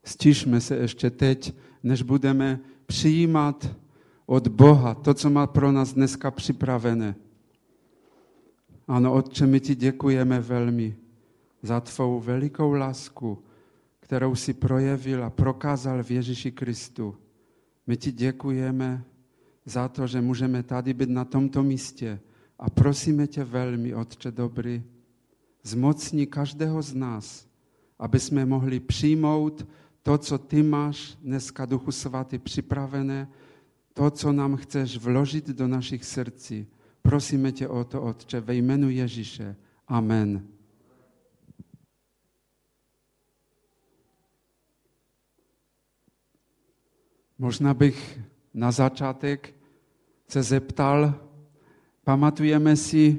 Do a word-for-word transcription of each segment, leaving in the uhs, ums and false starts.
Stišme se ještě teď, než budeme přijímat od Boha to, co má pro nás dneska připravené. Ano, Otče, my ti děkujeme velmi za tvou velikou lásku, kterou si projevil a prokázal v Ježíši Kristu. My ti děkujeme za to, že můžeme tady být na tomto místě a prosíme tě velmi, Otče dobrý, zmocni každého z nás, aby jsme mohli přijmout to, co ty máš dneska, Duchu Svatý, připravené, to, co nám chceš vložit do našich srdcí. Prosíme tě o to, Otče, ve jménu Ježíše. Amen. Možná bych na začátek se zeptal, pamatujeme si,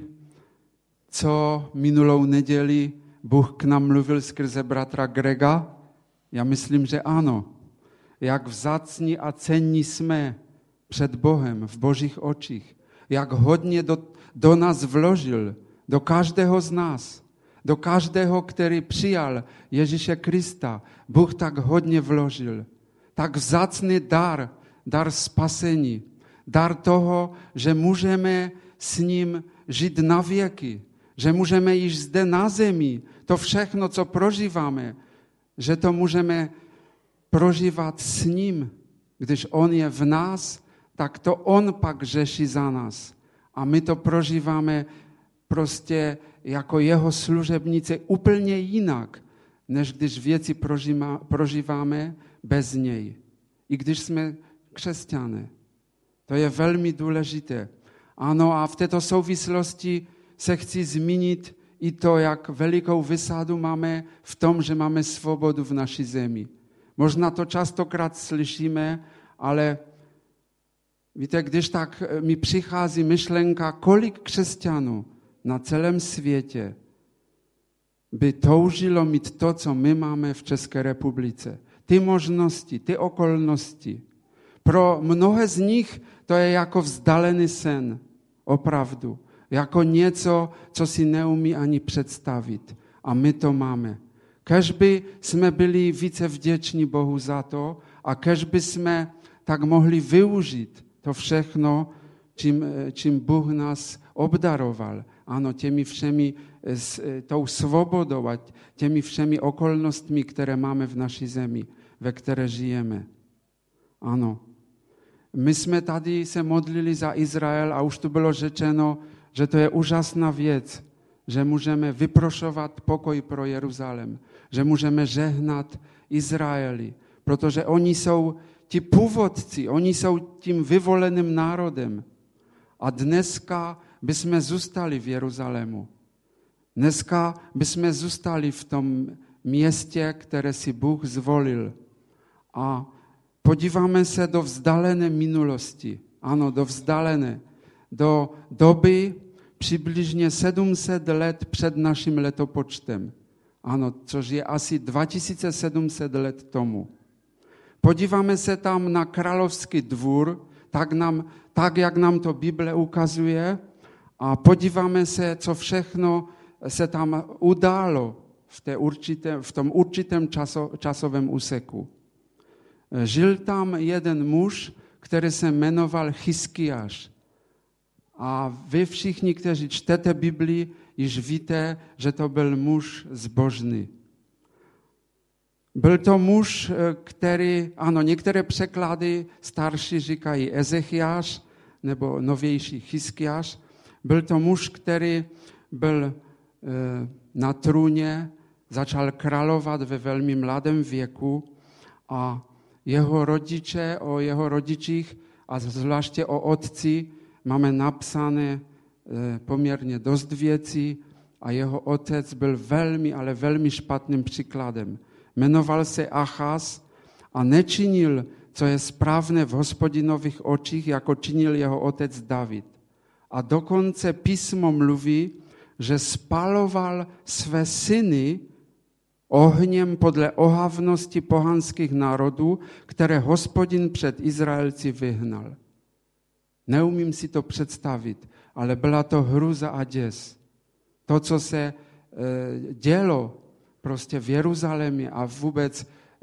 co minulou neděli Bůh k nám mluvil skrze bratra Grega? Já myslím, že ano. Jak vzácní a cenní jsme před Bohem v Božích očích. Jak hodně do, do nás vložil, do každého z nás, do každého, který přijal Ježíše Krista. Bůh tak hodně vložil. Tak vzácný dar, dar spasení, dar toho, že můžeme s ním žít na věky, že můžeme již zde na zemi, to všechno, co prožíváme, že to můžeme prožívat s ním. Když on je v nás, tak to on pak řeší za nás. A my to prožíváme prostě jako jeho služebníci úplně jinak, než když věci prožíváme bez něj. I když jsme křesťané. To je velmi důležité. Ano, a v této souvislosti se chci zmínit i to, jak velikou výsadu máme v tom, že máme svobodu v naší zemi. Možná to častokrát slyšíme, ale víte, když tak mi přichází myšlenka, kolik křesťanů na celém světě by toužilo mít to, co my máme v České republice. Ty možnosti, ty okolnosti. Pro mnohé z nich to je jako vzdálený sen, opravdu. Jako něco, co si neumí ani představit. A my to máme. Kež by jsme byli více vděční Bohu za to a kež by jsme tak mohli využít to všechno, čím, čím Bůh nás obdaroval. Ano, těmi všemi, s tou svobodou a těmi všemi okolnostmi, které máme v naší zemi, ve které žijeme. Ano. My jsme tady se modlili za Izrael a už tu bylo řečeno, že to je úžasná věc, že můžeme vyprošovat pokoj pro Jeruzalém, že můžeme žehnat Izraeli, protože oni jsou ti původci, oni jsou tím vyvoleným národem. A dneska bychom zůstali v Jeruzalému. Dneska bychom zůstali v tom městě, které si Bůh zvolil. A podíváme se do vzdálené minulosti. Ano, do vzdálené. Do doby přibližně sedm set let před naším letopočtem. Ano, což je asi dva tisíce sedm set let tomu. Podíváme se tam na královský dvůr, tak, nám, tak jak nám to Bible ukazuje, a podíváme se, co všechno se tam událo v, té určité, v tom určitém časo, časovém úseku. Žil tam jeden muž, který se jmenoval Chiskiáš. A vy všichni, kteří čtete Biblii, již víte, že to byl muž zbožný. Byl to muž, který, ano, některé překlady starší říkají Ezechiáš, nebo novější Chiskiáš. Byl to muž, který byl e, na trůně, začal královat ve velmi mladém věku a jeho rodiče, o jeho rodičích a zvláště o otci máme napsané e, poměrně dost věcí a jeho otec byl velmi, ale velmi špatným příkladem. Jmenoval se Achaz a nečinil, co je správné v Hospodinových očích, jako činil jeho otec David. A dokonce písmo mluví, že spaloval své syny ohněm podle ohavnosti pohanských národů, které Hospodin před Izraelci vyhnal. Neumím si to představit, ale byla to hrůza a děs. To, co se e, dělo prostě v Jeruzalémě a vůbec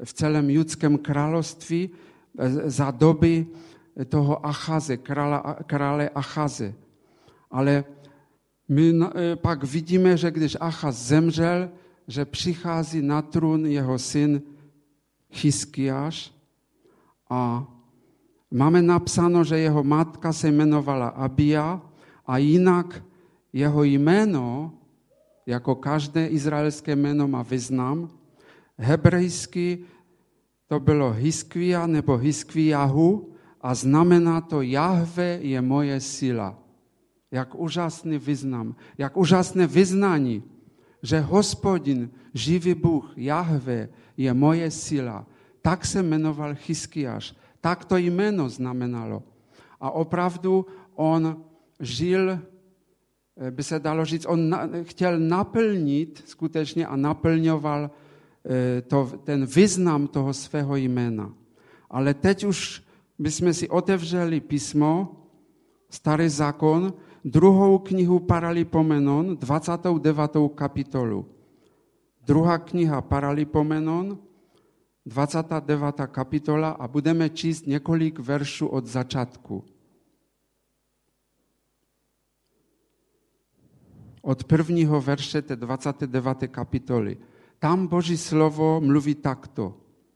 v celém judském království za doby toho Achaze, krále, krále Achaze. Ale my pak vidíme, že když Achaz zemřel, že přichází na trůn jeho syn Chiskiáš a máme napsáno, že jeho matka se jmenovala Abia a jinak jeho jméno, jako každé izraelské jméno má význam, hebrejsky to bylo Hiskvia nebo Hiskviahu a znamená to Jahve je moje síla. Jak úžasný význam, jak úžasné vyznání, že Hospodin, živý Bůh, Jahve je moje síla. Tak se jmenoval Chiskiáš. Tak to jméno znamenalo. A opravdu on žil, by se dalo říct, on na, chtěl naplnit skutečně a naplňoval to, ten význam toho svého jména. Ale teď už bychom si otevřeli písmo, Starý zákon, druhou knihu Paralipomenon, dvacátou devátou kapitolu. Druhá kniha Paralipomenon, dvacátá devátá kapitola a budeme číst několik veršů od začátku. Od prvního verše té dvacáté deváté kapitoly. Tam Boží slovo mluví takto.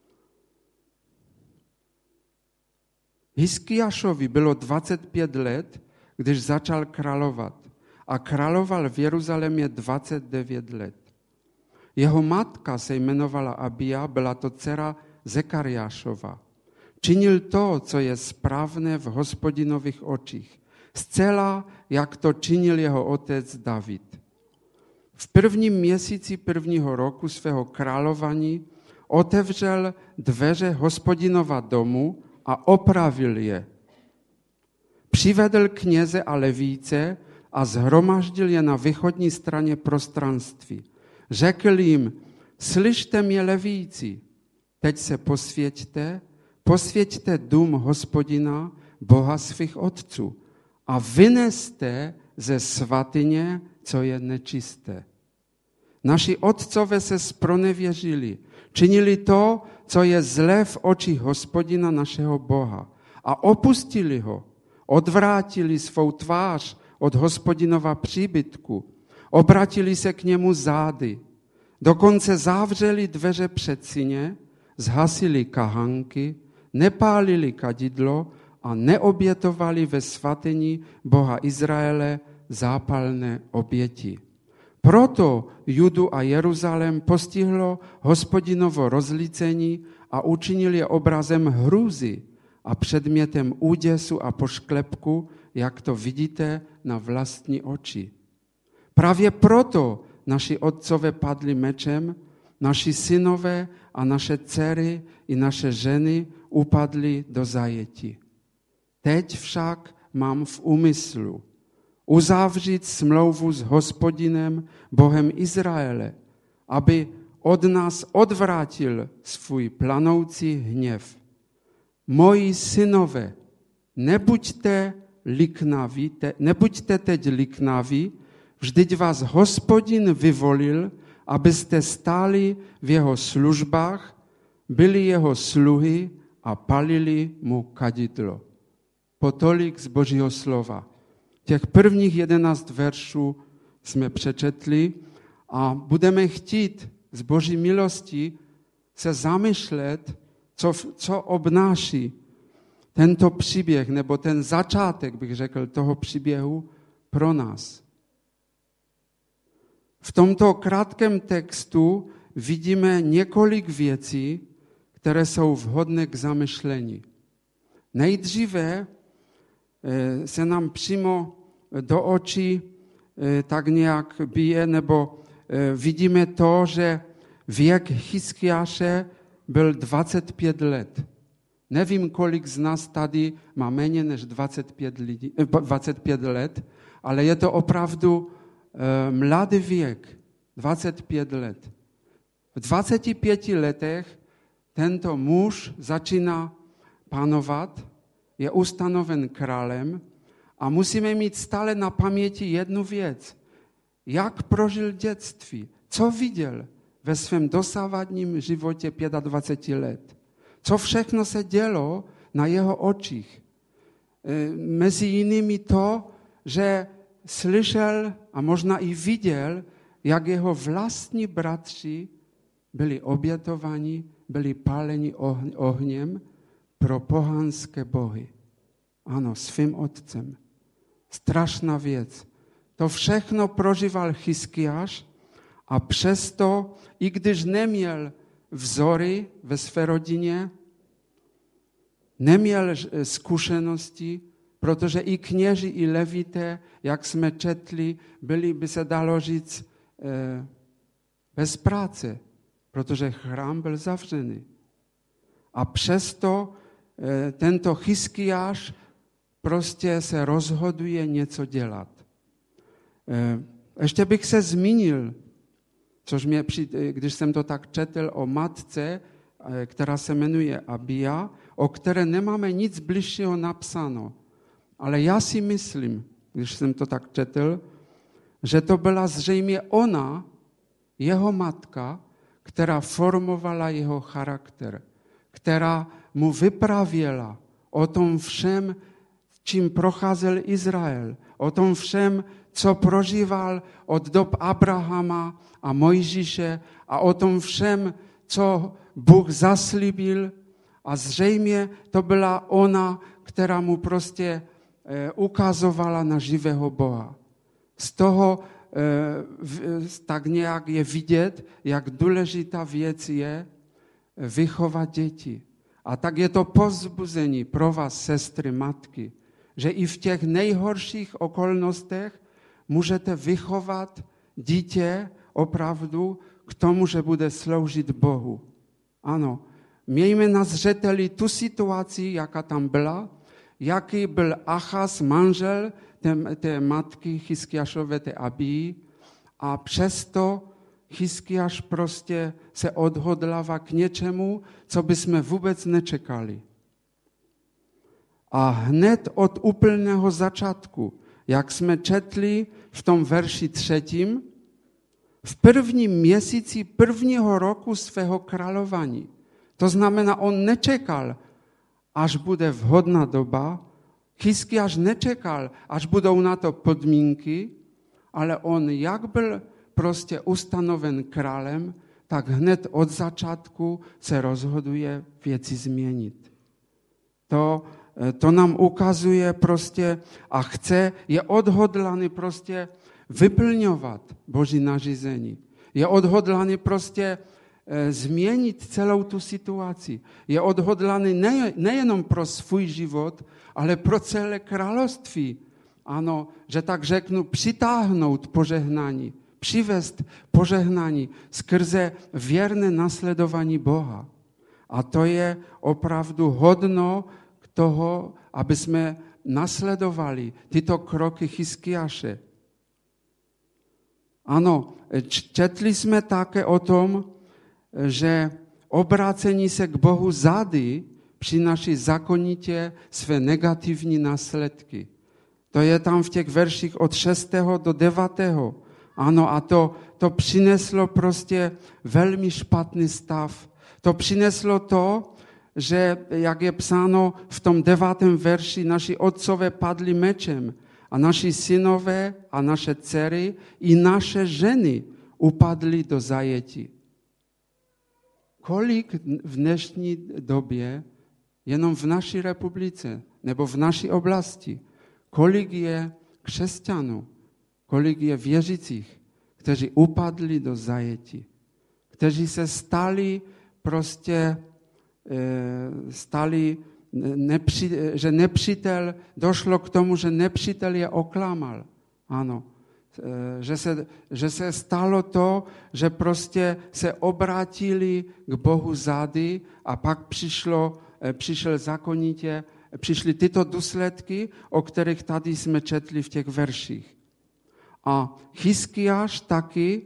Hiskiášovi bylo dvacet pět let, když začal královat a královal v Jeruzalémě dvacet devět let. Jeho matka se jmenovala Abia, byla to dcera Zekariášova. Činil to, co je správné v Hospodinových očích, zcela, jak to činil jeho otec David. V prvním měsíci prvního roku svého králování otevřel dveře Hospodinova domu a opravil je. Přivedl kněze a levíce a zhromaždil je na východní straně prostranství. Řekl jim, slyšte mě levíci, teď se posvěťte, posvěťte dům Hospodina, Boha svých otců a vyneste ze svatyně, co je nečisté. Naši otcové se zpronevěřili, činili to, co je zlé v očích Hospodina našeho Boha a opustili ho, odvrátili svou tvář od Hospodinova příbytku, obratili se k němu zády, dokonce zavřeli dveře předsíně, zhasili kahanky, nepálili kadidlo a neobětovali ve svatyni Boha Izraele zápalné oběti. Proto Judu a Jeruzalém postihlo Hospodinovo rozlícení a učinil je obrazem hrůzy a předmětem úděsu a pošklepku, jak to vidíte na vlastní oči. Právě proto naši otcové padli mečem, naši synové a naše dcery i naše ženy upadly do zajetí. Teď však mám v úmyslu uzavřít smlouvu s Hospodinem, Bohem Izraele, aby od nás odvrátil svůj planoucí hněv. Moji synové, nebuďte liknaví, te, nebuďte teď liknaví, vždyť vás Hospodin vyvolil, abyste stáli v jeho službách, byli jeho sluhy a palili mu kadidlo. Potolik z Božího slova. Těch prvních jedenáct veršů jsme přečetli a budeme chtít z Boží milosti se zamýšlet, co, co obnáší tento příběh, nebo ten začátek, bych řekl, toho příběhu pro nás. V tomto krátkém textu vidíme několik věcí, které jsou vhodné k zamyšlení. Nejdříve se nám přímo do očí tak nějak bije, nebo vidíme to, že věk Chiskiáše byl dvacet pět let. Nevím, kolik z nás tady má méně než dvacet pět, lidí, dvacet pět let, ale je to opravdu mladý věk, dvacet pět let. V dvaceti pěti letech tento muž začíná panovat, je ustanoven králem a musíme mít stále na paměti jednu věc. Jak prožil dětství? Co viděl? ve svém dosavadním životě dvacet pět let. Co všechno se dělo na jeho očích. Mezi jinými to, že slyšel a možná i viděl, jak jeho vlastní bratři byli obětováni, byli páleni ohněm pro pohanské bohy. Ano, svým otcem. Strašná věc. To všechno prožíval Chiskiáš a přesto, i když neměl vzory ve své rodině, neměl zkušenosti, protože i kněži, i levité, jak jsme četli, byli, by se dalo říct, bez práce, protože chrám byl zavřený. A přesto tento Chiskiáš prostě se rozhoduje něco dělat. Ještě bych se zmínil, což mě, když jsem to tak četl o matce, která se jmenuje Abia, o které nemáme nic bližšího napsáno. Ale já si myslím, když jsem to tak četl, že to byla zřejmě ona, jeho matka, která formovala jeho charakter, která mu vyprávěla o tom všem, čím procházel Izrael, o tom všem, co prožíval od dob Abrahama a Mojžíše a o tom všem, co Bůh zaslíbil. A zřejmě to byla ona, která mu prostě eh, ukazovala na živého Boha. Z toho eh, tak nějak je vidět, jak důležitá věc je vychovat děti. A tak je to povzbuzení pro vás, sestry, matky, že i v těch nejhorších okolnostech můžete vychovat dítě opravdu k tomu, že bude sloužit Bohu. Ano, mějme na zřeteli tu situaci, jaká tam byla, jaký byl Achaz, manžel té, té matky Chiskiášové, té Abii, a přesto Chiskiáš prostě se odhodlává k něčemu, co bychom vůbec nečekali. A hned od úplného začátku, jak jsme četli v tom verši třetím, v prvním měsíci prvního roku svého králování. To znamená, on nečekal, až bude vhodná doba, Chiskiáš nečekal, až budou na to podmínky, ale on, jak byl prostě ustanoven králem, tak hned od začátku se rozhoduje věci změnit. To, to nám ukazuje prostě a chce, je odhodlaný prostě vyplňovat Boží nařízení. Je odhodlaný prostě e, změnit celou tu situaci. Je odhodlaný ne, nejenom pro svůj život, ale pro celé království. Ano, že tak řeknu, přitáhnout požehnání, přivést požehnání skrze věrné nasledování Boha. A to je opravdu hodno k toho, aby jsme nasledovali tyto kroky Chiskiáše. Ano, četli jsme také o tom, že obrácení se k Bohu zády přináší zákonitě své negativní následky. To je tam v těch verších od šestého do devátého. Ano, a to, to přineslo prostě velmi špatný stav. To přineslo to, že, jak je psáno v tom devátém verši, naši otcové padli mečem a naši synové a naše dcery i naše ženy upadly do zajetí. Kolik v dnešní době, jenom v naší republice nebo v naší oblasti, kolik je křesťanů, kolik je věřících, kteří upadli do zajetí, kteří se stali prostě, stali, nepři, že nepřítel, došlo k tomu, že nepřítel je oklamal. Ano, že se, že se stalo to, že prostě se obrátili k Bohu zády a pak přišlo, přišel zákonitě, přišly tyto důsledky, o kterých tady jsme četli v těch verších. A Chiskiáš taky,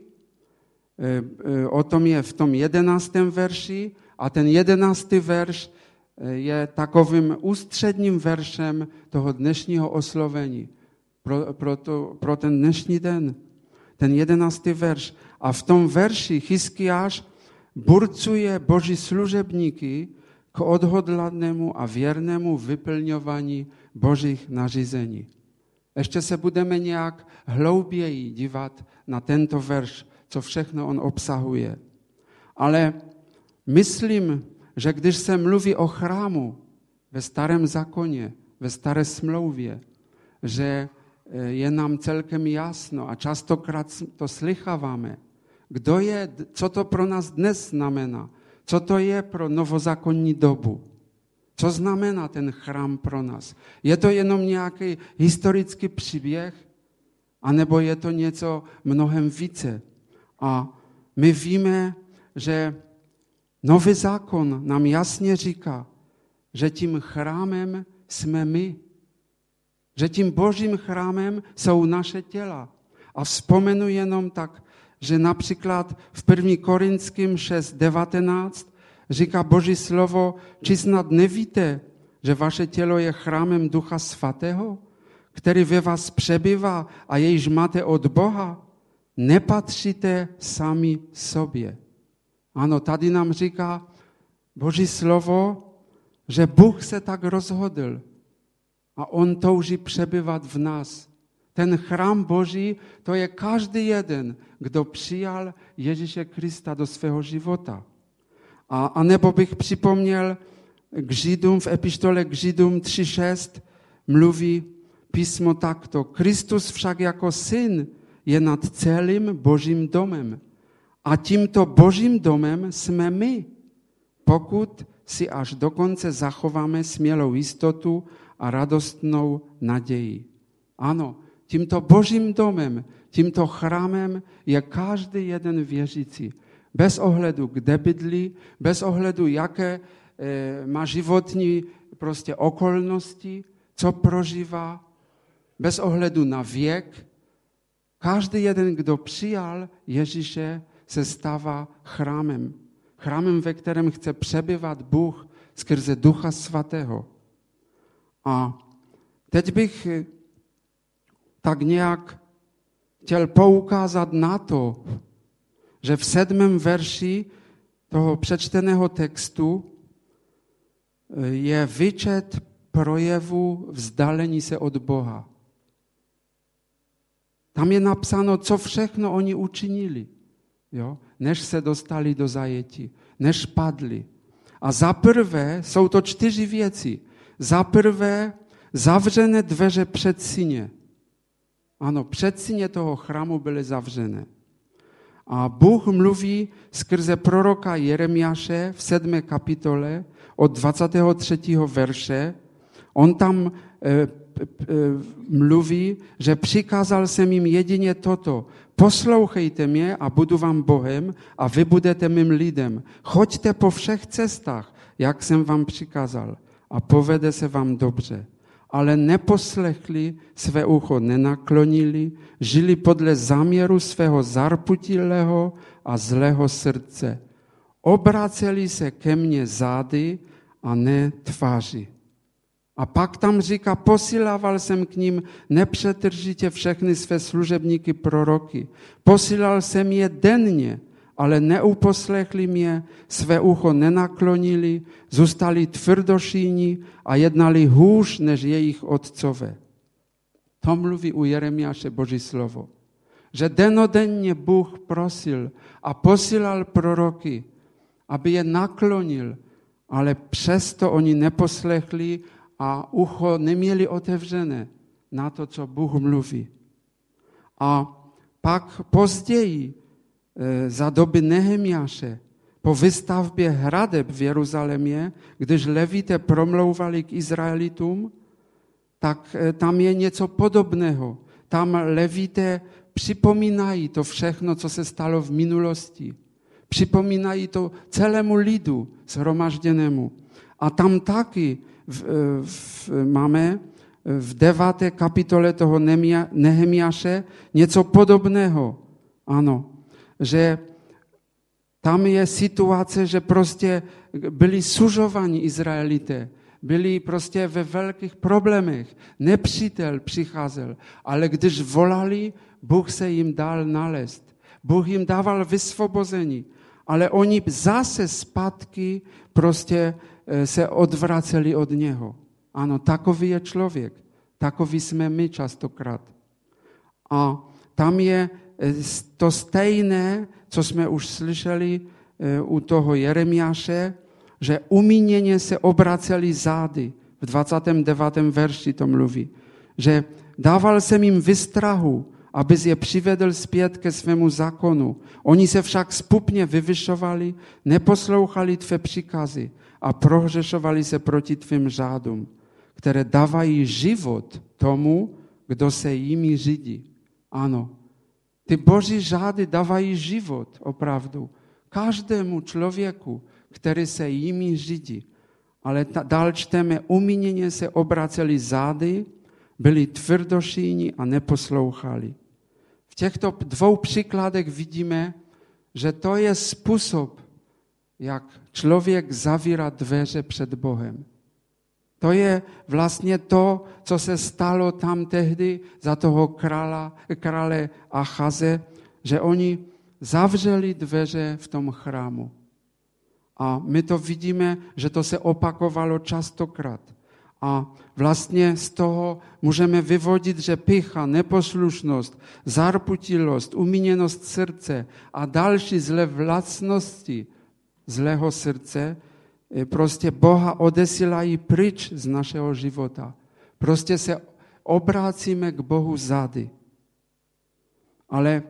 o tom je v tom jedenáctém verši, a ten jedenáctý verš je takovým ústředním veršem toho dnešního oslovení pro, pro, to, pro ten dnešní den. Ten jedenáctý verš. A v tom verši Hyskiáš burcuje Boží služebníky k odhodlanému a věrnému vyplňování Božích nařízení. Ještě se budeme nějak hlouběji dívat na tento verš, co všechno on obsahuje. Ale myslím, že když se mluví o chrámu ve starém zákoně, ve staré smlouvě, že je nám celkem jasno a častokrát to slycháváme, kdo je, co to pro nás dnes znamená, co to je pro novozákonní dobu, co znamená ten chrám pro nás. Je to jenom nějaký historický příběh, anebo je to něco mnohem více. A my víme, že Nový zákon nám jasně říká, že tím chrámem jsme my. Že tím Božím chrámem jsou naše těla. A vzpomenu jenom tak, že například v první Korinským šest devatenáct říká Boží slovo, či snad nevíte, že vaše tělo je chrámem Ducha Svatého, který ve vás přebývá a jejž máte od Boha? Nepatříte sami sobě. Ano, tady nám říká Boží slovo, že Bůh se tak rozhodl a on touží přebývat v nás. Ten chrám Boží, to je každý jeden, kdo přijal Ježíše Krista do svého života. A, a nebo bych připomněl k Židům, v epištole k Židům tři šest mluví písmo takto. Kristus však jako syn je nad celým Božím domem. A tímto Božím domem jsme my, pokud si až do konce zachováme smělou jistotu a radostnou naději. Ano, tímto Božím domem, tímto chrámem je každý jeden věřící. Bez ohledu, kde bydlí, bez ohledu, jaké e, má životní prostě okolnosti, co prožívá, bez ohledu na věk. Každý jeden, kdo přijal Ježíše, se stává chrámem. Chrámem, ve kterém chce přebývat Bůh skrze Ducha Svatého. A teď bych tak nějak chtěl poukázat na to, že v sedmém verši toho přečteného textu je výčet projevů vzdálení se od Boha. Tam je napsáno, co všechno oni učinili, jo? Než se dostali do zajetí, než padli. A za prvé jsou to čtyři věci. Za prvé zavřené dveře předsíně. Ano, předsíně toho chrámu byly zavřené. A Bůh mluví skrze proroka Jeremiáše v sedmé kapitole od dvacátého třetího verše. On tam e, e, mluví, že přikázal jsem jim jedině toto. Poslouchejte mě a budu vám Bohem a vy budete mým lidem. Choďte po všech cestách, jak jsem vám přikázal a povede se vám dobře. Ale neposlechli, své ucho nenaklonili, žili podle záměru svého zarputilého a zlého srdce. Obraceli se ke mně zády a ne tváři. A pak tam říká, posílával jsem k ním nepřetržitě všechny své služebníky proroky. Posílal jsem je denně, ale neuposlechli mě, své ucho nenaklonili, zůstali tvrdošíní a jednali hůř než jejich otcové. To mluví u Jeremiáše Boží slovo. Že denodenně Bůh prosil a posílal proroky, aby je naklonil, ale přesto oni neposlechli a ucho neměli otevřené na to, co Bůh mluví. A pak později, za doby Nehemiáše, po vystavbě hradeb v Jeruzalémě, když Levité promlouvali k Izraelitům, tak tam je něco podobného. Tam Levité připomínají to všechno, co se stalo v minulosti. Připomínají to celému lidu shromažděnému. A tam taky v, v, máme v deváté kapitole toho Nehemiáše něco podobného. Ano, že tam je situace, že prostě byli sužovaní Izraelité, byli prostě ve velkých problémech. Nepřítel přicházel, ale když volali, Bůh se jim dal nalézt. Bůh jim dával vysvobození, ale oni zase zpátky prostě se odvraceli od něho. Ano, takový je člověk. Takový jsme my častokrát. A tam je to stejné, co jsme už slyšeli u toho Jeremiáše, že umíněně se obraceli zády. V dvacátém devátém verši to mluví. Že dával jsem jim vystrahu, abys je přivedl zpět ke svému zákonu. Oni se však zpupně vyvyšovali, neposlouchali tvé příkazy a prohřešovali se proti tvým řádům, které dávají život tomu, kdo se jimi řídí. Ano, ty boží řády dávají život opravdu každému člověku, který se jimi řídí. Ale ta, dál čteme, umíněně se obraceli zády, byli tvrdošíjní a neposlouchali. V těchto dvou příkladech vidíme, že to je způsob, jak člověk zavírá dveře před Bohem. To je vlastně to, co se stalo tam tehdy za toho krála, krále Achaze, že oni zavřeli dveře v tom chrámu. A my to vidíme, že to se opakovalo častokrát. A vlastně z toho můžeme vyvodit, že pýcha, neposlušnost, zarputilost, umíněnost srdce a další zlé vlastnosti zlého srdce prostě Boha odesílají pryč z našeho života. Prostě se obrácíme k Bohu zády. Ale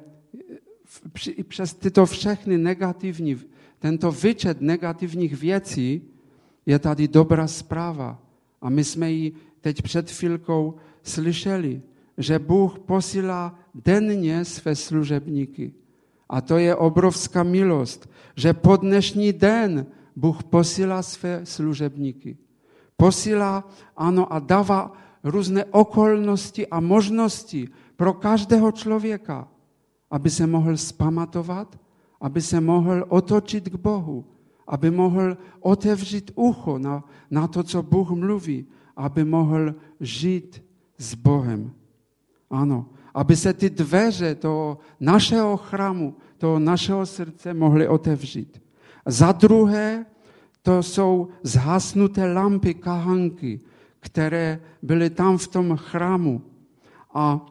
i přes tyto všechny negativní, tento výčet negativních věcí je tady dobrá zpráva. A my jsme ji teď před chvilkou slyšeli, že Bůh posílá denně své služebníky. A to je obrovská milost, že po dnešní den Bůh posílá své služebníky. Posílá, ano, a dává různé okolnosti a možnosti pro každého člověka, aby se mohl zpamatovat, aby se mohl otočit k Bohu, aby mohl otevřít ucho na, na to, co Bůh mluví, aby mohl žít s Bohem. Ano, aby se ty dveře toho našeho chrámu, toho našeho srdce mohly otevřít. Za druhé, to jsou zhasnuté lampy kahanky, které byly tam v tom chrámu. A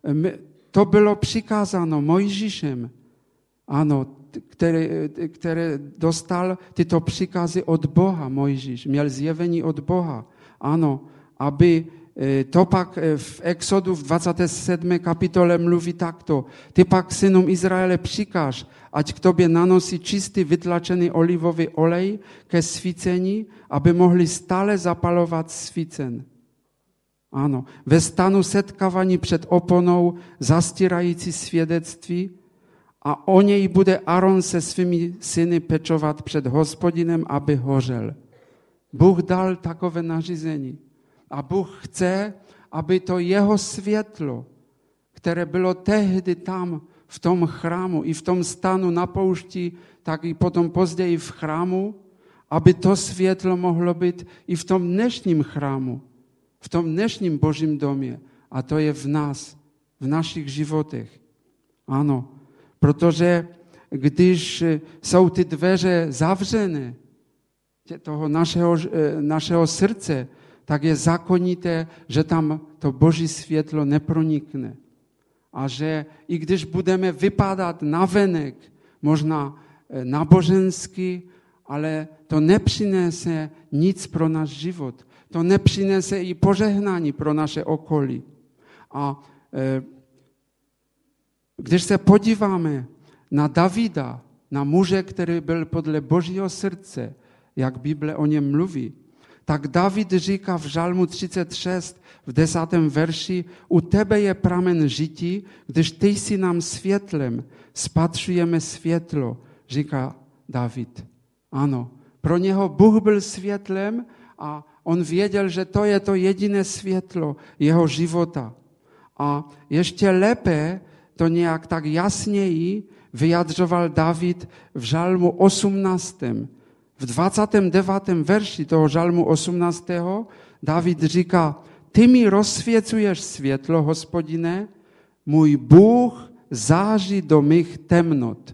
to bylo přikázáno Mojžíšem, ano, který, který dostal tyto příkazy od Boha, Mojžíš, měl zjevení od Boha, ano, aby to pak v Exodu v dvacáté sedmé kapitole mluví takto. Ty pak synům Izraele přikáž, ať k tobě nanosí čistý vytlačený olivový olej ke svícení, aby mohli stále zapalovat svícen. Ano, ve stanu setkávání před oponou zastírající svědectví a o něj bude Aaron se svými syny pečovat před Hospodinem, aby hořel. Bůh dal takové nařízení. A Bůh chce, aby to jeho světlo, které bylo tehdy tam v tom chrámu, i v tom stanu na poušti, tak i potom později v chrámu, aby to světlo mohlo být i v tom dnešním chrámu, v tom dnešním Božím domě. A to je v nás, v našich životech. Ano, protože když jsou ty dveře zavřené toho našeho, našeho srdce, tak je zákonité, že tam to Boží světlo nepronikne. A že i když budeme vypadat navenek, možná nábožensky, ale to nepřinese nic pro náš život. To nepřinese i požehnání pro naše okolí. A e, když se podíváme na Davida, na muže, který byl podle Božího srdce, jak Bible o něm mluví, tak David říká v Žalmu třicet šest v desátém verši, u tebe je pramen žití, když ty jsi nám světlem, spatřujeme světlo, říká David. Ano, pro něho Bůh byl světlem a on věděl, že to je to jediné světlo jeho života. A ještě lépe to nějak tak jasněji vyjadřoval David v Žalmu osmnáctém V dvacátém devátém verši toho Žalmu osmnáctého David říká, ty mi rozsvěcuješ světlo, Hospodine, můj Bůh září do mých temnot.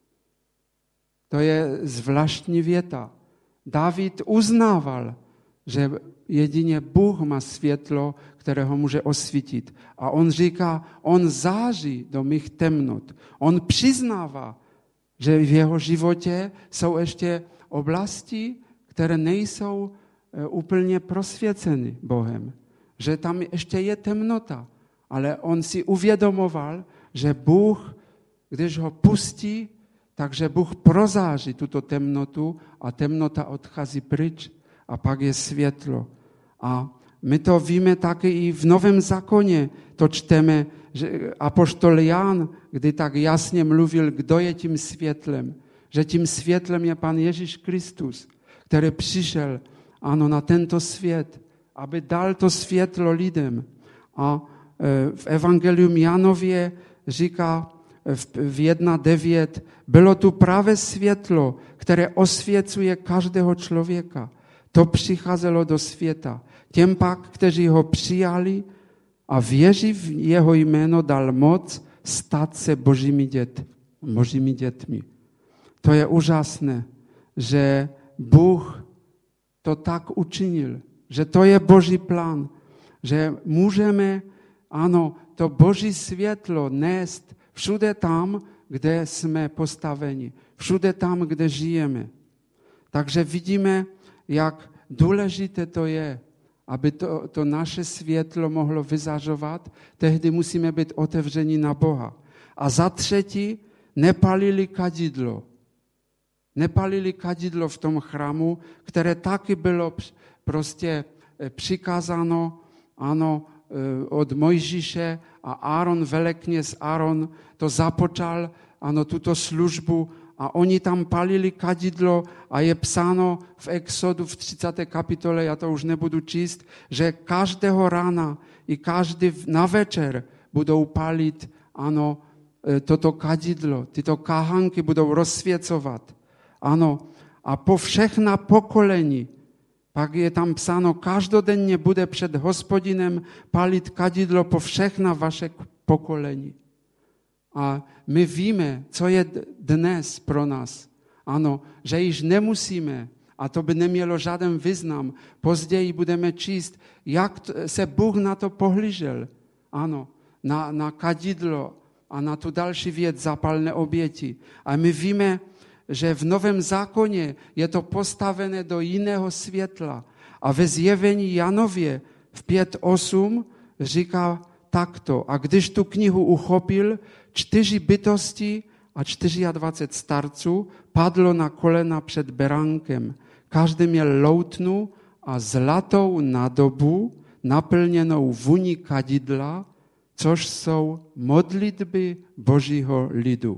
To je zvláštní věta. David uznával, že jedině Bůh má světlo, které ho může osvítit. A on říká, on září do mých temnot. On přiznává, že v jeho životě jsou ještě oblasti, které nejsou úplně prosvěceny Bohem. Že tam ještě je temnota. Ale on si uvědomoval, že Bůh, když ho pustí, takže Bůh prozáří tuto temnotu a temnota odchází pryč a pak je světlo. A my to víme taky i v Novém zákoně, to čteme, že apoštol Jan, kdy tak jasně mluvil, kdo je tím světlem, že tím světlem je Pan Ježíš Kristus, který přišel ano, na tento svět, aby dal to světlo lidem. A v Evangelium Janově říká v jedna devět, bylo tu právě světlo, které osvěcuje každého člověka. To přicházelo do světa. Těm pak, kteří ho přijali a věří v jeho jméno, dal moc stát se božími, dět, božími dětmi. To je úžasné, že Bůh to tak učinil, že to je Boží plán, že můžeme, ano, to Boží světlo nést všude tam, kde jsme postaveni, všude tam, kde žijeme. Takže vidíme, jak důležité to je, aby to, to naše světlo mohlo vyzařovat, tehdy musíme být otevřeni na Boha. A za třetí, nepalili kadidlo. Nepalili kadidlo v tom chrámu, které taky bylo prostě přikázáno, ano, od Mojžíše a Áron, velekněz Áron, to započal, ano, tuto službu a oni tam palili kadidlo a je psáno v Exodu v třicáté kapitole, já to už nebudu číst, že každého rána i každý na večer budou palit, ano, toto kadidlo, tyto kahanky budou rozsvěcovat. Ano, a po všechna pokolení, pak je tam psáno, každodenně bude před Hospodinem palit kadidlo po všechna vaše pokolení. A my víme, co je dnes pro nás. Ano, že již nemusíme, a to by nemělo žádný význam. Později budeme číst, jak se Bůh na to pohlížel. Ano, na, na kadidlo a na tu další věc, zapalné oběti. A my víme, že v Novém zákoně je to postavené do jiného světla. A ve Zjevení Janově v pět osm říká takto. A když tu knihu uchopil, čtyři bytosti a dvacet čtyři starců padlo na kolena před beránkem. Každý měl loutnu a zlatou nádobu naplněnou vůní kadidla, což jsou modlitby Božího lidu.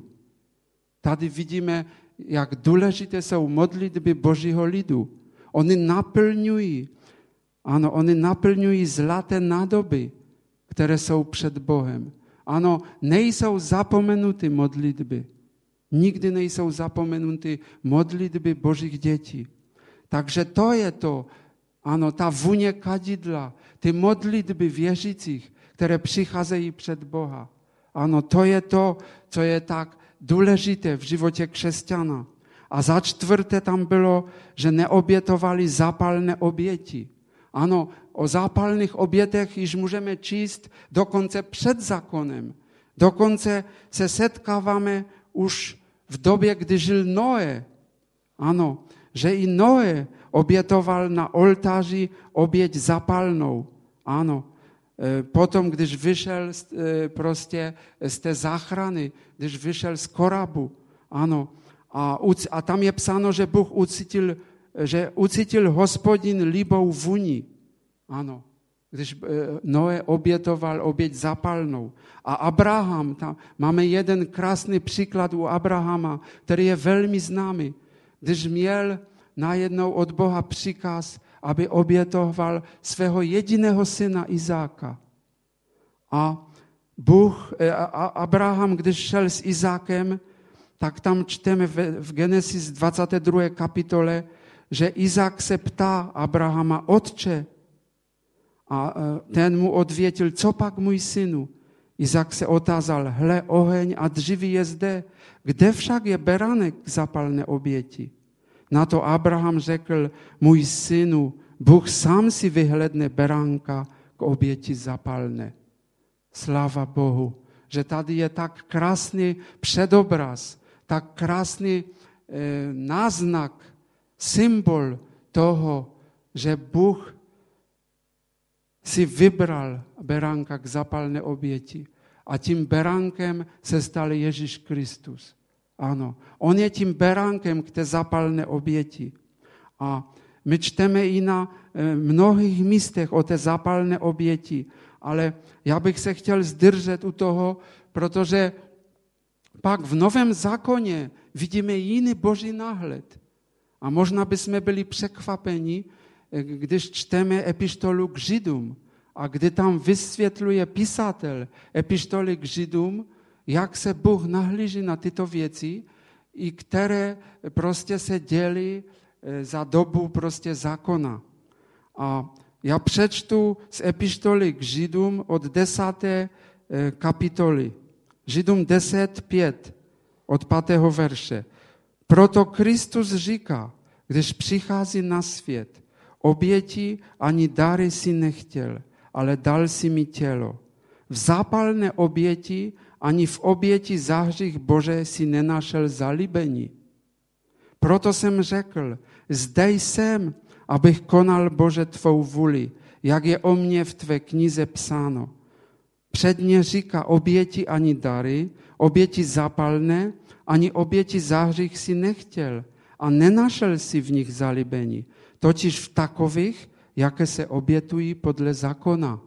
Tady vidíme, jak důležité jsou modlitby Božího lidu. Oni naplňují, ano, oni naplňují zlaté nádoby, které jsou před Bohem. Ano, nejsou zapomenuty modlitby. Nikdy nejsou zapomenuty modlitby Božích dětí. Takže to je to, ano, ta vůně kadidla, ty modlitby věřících, které přicházejí před Boha. Ano, to je to, co je tak důležité v životě křesťana. A za čtvrté tam bylo, že neobětovali zápalné oběti. Ano, o zápalných obětech již můžeme číst dokonce před zákonem. Dokonce se setkáváme už v době, kdy žil Noé. Ano, že i Noé obětoval na oltáři oběť zapalnou. Ano, potom, když vyšel prostě z té záchrany, když vyšel z korabu, ano, a, a tam je psáno, že Bůh ucítil, že ucítil Hospodin líbou vůni. Ano, když Noé obětoval oběť zapalnou. A Abraham, tam máme jeden krásný příklad u Abrahama, který je velmi známý. Když měl najednou od Boha příkaz, aby obětoval svého jediného syna Izáka. A Bůh, a Abraham, když šel s Izákem, tak tam čteme v Genesis dvacáté druhé kapitole, že Izák se ptá Abrahama, otče, a ten mu odvětil, co pak můj synu, Izák se otázal, hle, oheň a dříví je zde, kde však je beránek k zapalné oběti? Na to Abraham řekl, můj synu, Bůh sám si vyhledne beránka k oběti zapalné. Sláva Bohu, že tady je tak krásný předobraz, tak krásný eh, náznak, symbol toho, že Bůh si vybral beránka k zapalné oběti. A tím beránkem se stal Ježíš Kristus. Ano, on je tím beránkem k té zapalné oběti. A my čteme i na mnohých místech o té zapalné oběti, ale já bych se chtěl zdržet u toho, protože pak v Novém zákoně vidíme jiný boží náhled. A možná bychom byli překvapeni, když čteme epištolu k Židům a kdy tam vysvětluje písatel epištoly k Židům, jak se Bůh nahlíží na tyto věci, i které prostě se děly za dobu prostě zákona. A já přečtu z epištoly k Židům od desáté kapitoly. Židům deset pět od pátého verše. Proto Kristus říká, když přichází na svět, oběti ani dary si nechtěl, ale dal si mi tělo. V zápalné oběti ani v oběti za hřích Bože si nenašel zalíbení. Proto jsem řekl, zde jsem, abych konal Bože tvou vůli, jak je o mně v tvé knize psáno. Předně říká, oběti ani dary, oběti zápalné, ani oběti za hřích si nechtěl a nenašel si v nich zalíbení, totiž v takových, jaké se obětují podle zákona.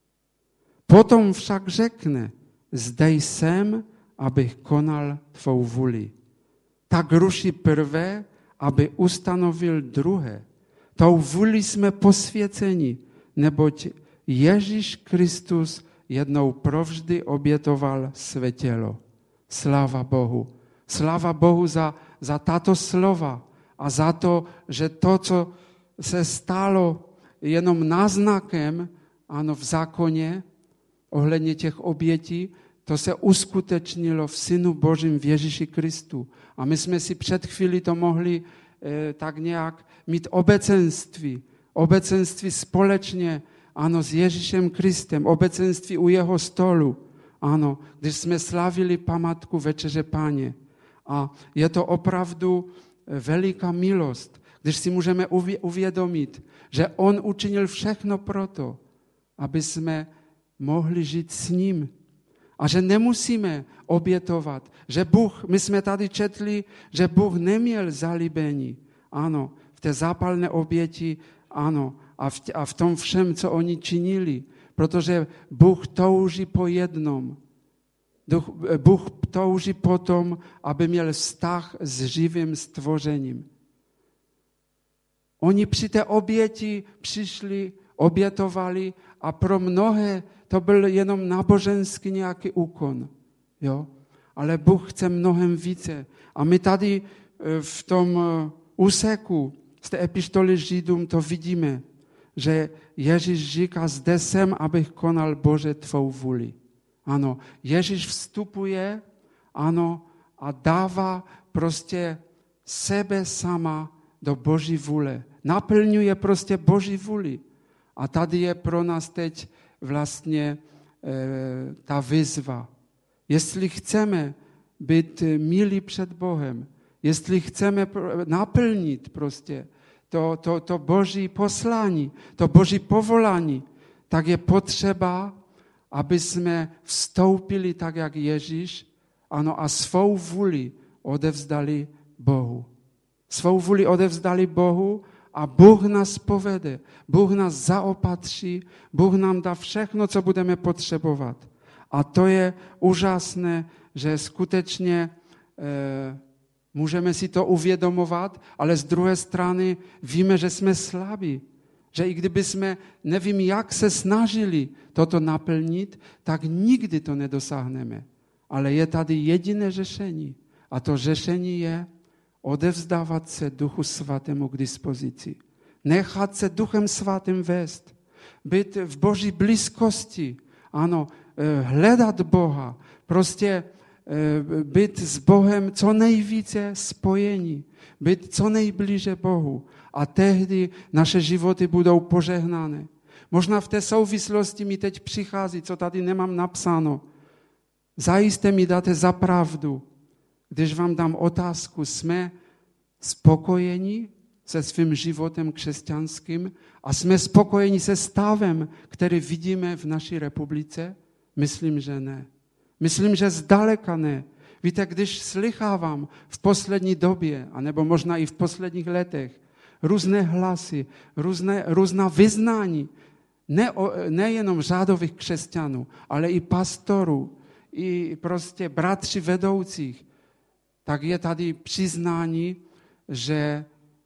Potom však řekne, zde jsem, abych konal tvou vůli. Tak ruší prvé, aby ustanovil druhé. Tou vůli jsme posvěceni, neboť Ježíš Kristus jednou provždy obětoval své tělo. Sláva Bohu. Sláva Bohu za, za tato slova a za to, že to, co se stalo jenom náznakem, ano, v zákoně, ohledně těch obětí, to se uskutečnilo v Synu Božím v Ježíši Kristu. A my jsme si před chvíli to mohli eh, tak nějak mít obecenství. Obecenství společně, ano, s Ježíšem Kristem. Obecenství u jeho stolu. Ano, když jsme slavili památku Večeře Páně. A je to opravdu veliká milost, když si můžeme uvědomit, že on učinil všechno proto, aby jsme mohli žít s ním. A že nemusíme obětovat, že Bůh, my jsme tady četli, že Bůh neměl zalíbení. Ano, v té zápalné oběti, ano, a v, a v tom všem, co oni činili, protože Bůh touží po jednom. Bůh touží po tom, aby měl vztah s živým stvořením. Oni při té oběti přišli, obětovali a pro mnohé to byl jenom náboženský nějaký úkon. Jo? Ale Bůh chce mnohem více. A my tady v tom úseku z té epištoly Židům to vidíme, že Ježíš říká, zde jsem, abych konal Bože tvou vůli. Ano, Ježíš vstupuje, ano, a dává prostě sebe sama do Boží vůle. Naplňuje prostě Boží vůli. A tady je pro nás teď vlastně e, ta výzva. Jestli chceme být milí před Bohem, jestli chceme naplnit prostě to, to, to Boží poslání, to Boží povolání, tak je potřeba, aby jsme vstoupili tak, jak Ježíš, ano, a svou vůli odevzdali Bohu. Svou vůli odevzdali Bohu a Bůh nás povede, Bůh nás zaopatří, Bůh nám dá všechno, co budeme potřebovat. A to je úžasné, že skutečně e, můžeme si to uvědomovat, ale z druhé strany víme, že jsme slabí. Že i kdyby jsme, nevím jak se snažili toto naplnit, tak nikdy to nedosáhneme. Ale je tady jediné řešení. A to řešení je odevzdávat se Duchu Svatému k dispozici. Nechat se Duchem Svatým vést. Být v Boží blízkosti. Ano, hledat Boha, prostě být s Bohem co nejvíce spojení, být co nejblíže Bohu. A tehdy naše životy budou požehnané. Možná v té souvislosti mi teď přichází, co tady nemám napsáno. Zajisté mi dáte za pravdu, když vám dám otázku, jsme spokojeni se svým životem křesťanským a jsme spokojeni se stavem, který vidíme v naší republice? Myslím, že ne. Myslím, že zdaleka ne. Víte, když slychávám v poslední době, anebo možná i v posledních letech, různé hlasy, různé, různá vyznání, ne, nejenom řádových křesťanů, ale i pastorů, i prostě bratři vedoucích, tak je tady přiznání, že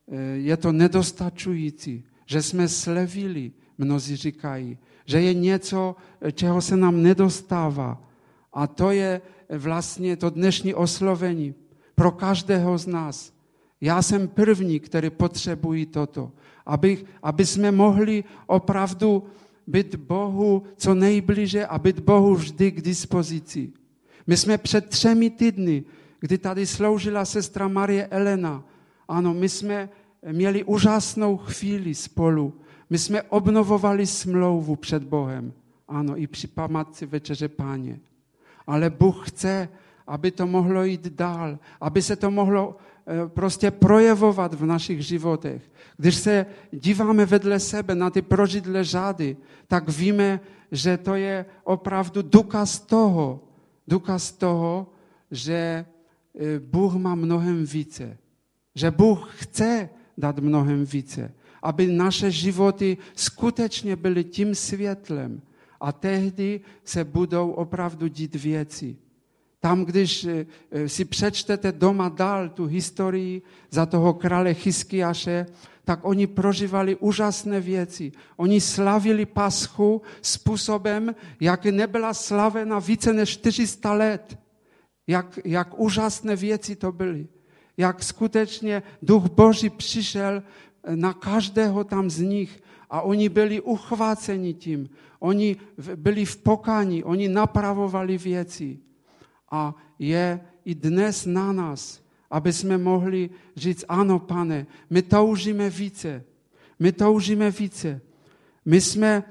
je to nedostačující, že jsme slevili, mnozí říkají, že je něco, čeho se nám nedostává. A to je vlastně to dnešní oslovení pro každého z nás. Já jsem první, který potřebují toto, aby, aby jsme mohli opravdu být Bohu co nejblíže a být Bohu vždy k dispozici. My jsme před třemi týdny, kdy tady sloužila sestra Marie Elena, ano, my jsme měli úžasnou chvíli spolu. My jsme obnovovali smlouvu před Bohem. Ano, i při památce Večeře Páně. Ale Bůh chce, aby to mohlo jít dál, aby se to mohlo prostě projevovat v našich životech. Když se díváme vedle sebe na ty prožitné řády, tak víme, že to je opravdu důkaz toho, důkaz toho, že Bůh má mnohem více. Že Bůh chce dát mnohem více, aby naše životy skutečně byly tím světlem. A tehdy se budou opravdu dít věci. Tam, když si přečtete doma dál tu historii za toho krále Chiskiáše, tak oni prožívali úžasné věci. Oni slavili Paschu způsobem, jak nebyla slavena více než čtyři sta let. Jak, jak úžasné věci to byly. Jak skutečně Duch Boží přišel na každého tam z nich a oni byli uchváceni tím. Oni byli v pokání, oni napravovali věci. A je i dnes na nás, aby jsme mohli říct, ano, Pane, my toužíme více. My toužíme více. My jsme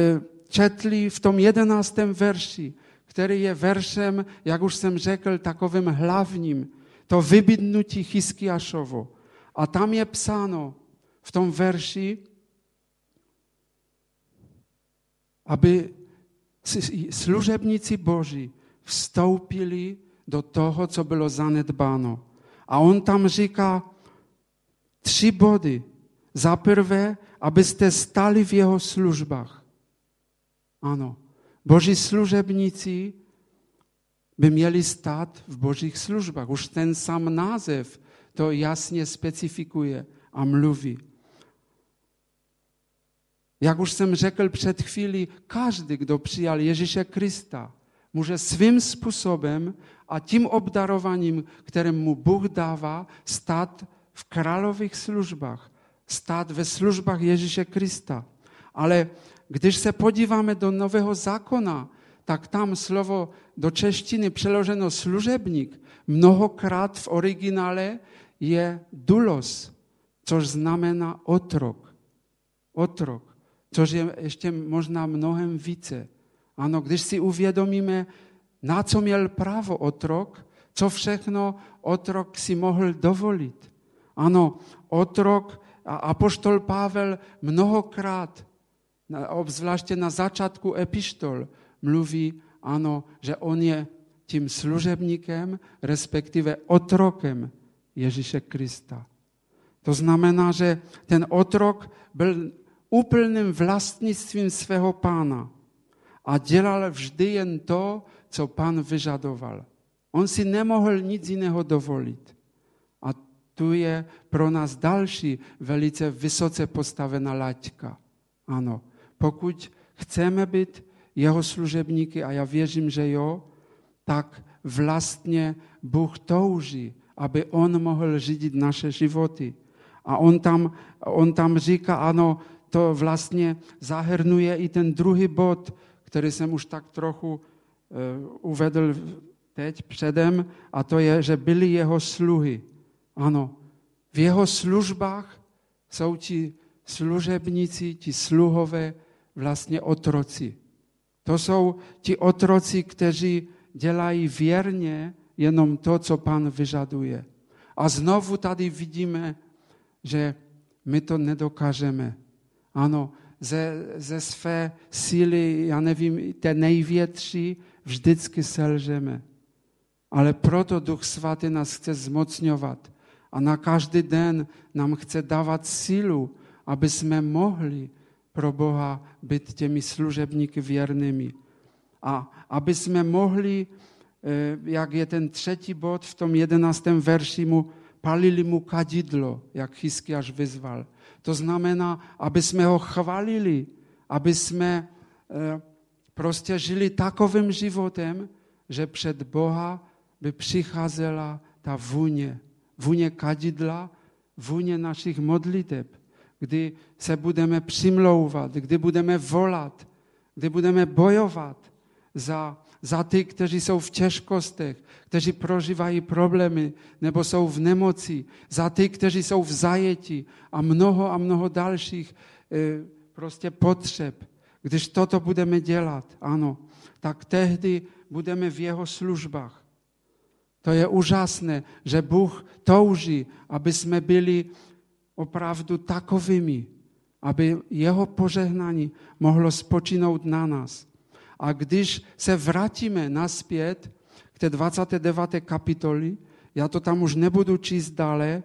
četli v tom jedenáctém verši, který je veršem, jak už jsem řekl, takovým hlavním, to vybídnutí Chiskiášovo. A tam je psáno v tom verši, aby služebníci Boží vstoupili do toho, co bylo zanedbáno. A on tam říká tři body. Za prvé, abyste stali v jeho službách. Ano, Boží služebníci by měli stát v Božích službách. Už ten sám název to jasně specifikuje a mluví. Jak už jsem řekl před chvílí, každý, kdo přijal Ježíše Krista, může svým způsobem a tím obdarováním, kterým mu Bůh dává, stát v králových službách, stát ve službách Ježíše Krista. Ale když se podíváme do Nového zákona, tak tam slovo do češtiny přeloženo služebník mnohokrát v originále je doulos, což znamená otrok. Otrok, což je ještě možná mnohem více. Ano, když si uvědomíme, na co měl právo otrok, co všechno otrok si mohl dovolit. Ano, otrok, a apoštol Pavel mnohokrát, obzvláště na začátku epištol, mluví, ano, že on je tím služebníkem, respektive otrokem Ježíše Krista. To znamená, že ten otrok byl úplným vlastnictvím svého pána a dělal vždy jen to, co pán vyžadoval. On si nemohl nic jiného dovolit. A tu je pro nás další velice vysoce postavená laťka. Ano, pokud chceme být jeho služebníky, a já věřím, že jo, tak vlastně Bůh touží, aby on mohl řídit naše životy. A on tam, on tam říká, ano, to vlastně zahrnuje i ten druhý bod, který jsem už tak trochu uvedl teď předem, a to je, že byli jeho sluhy. Ano, v jeho službách jsou ti služebníci, ti sluhové vlastně otroci. To jsou ti otroci, kteří dělají věrně jenom to, co Pán vyžaduje. A znovu tady vidíme, že my to nedokážeme. Ano, ze, ze své síly, já nevím, té největší, vždycky selžeme. Ale proto Duch Svatý nás chce zmocňovat. A na každý den nám chce dávat sílu, aby jsme mohli pro Boha být těmi služebníky věrnými. A aby jsme mohli, jak je ten třetí bod v tom jedenáctém verši, mu palili mu kadidlo, jak Chyskiáš vyzval. To znamená, aby jsme ho chválili, aby jsme prostě žili takovým životem, že před Boha by přicházela ta vůně. Vůně kadidla, vůně našich modliteb, kdy se budeme přimlouvat, kdy budeme volat, kdy budeme bojovat za, za ty, kteří jsou v těžkostech, kteří prožívají problémy nebo jsou v nemoci, za ty, kteří jsou v zajetí a mnoho a mnoho dalších e, prostě potřeb. Když toto budeme dělat, ano, tak tehdy budeme v jeho službách. To je úžasné, že Bůh touží, aby jsme byli opravdu takovými, aby jeho požehnání mohlo spočinout na nás. A když se vrátíme nazpět k té dvacáté deváté kapitoli, já to tam už nebudu číst dále,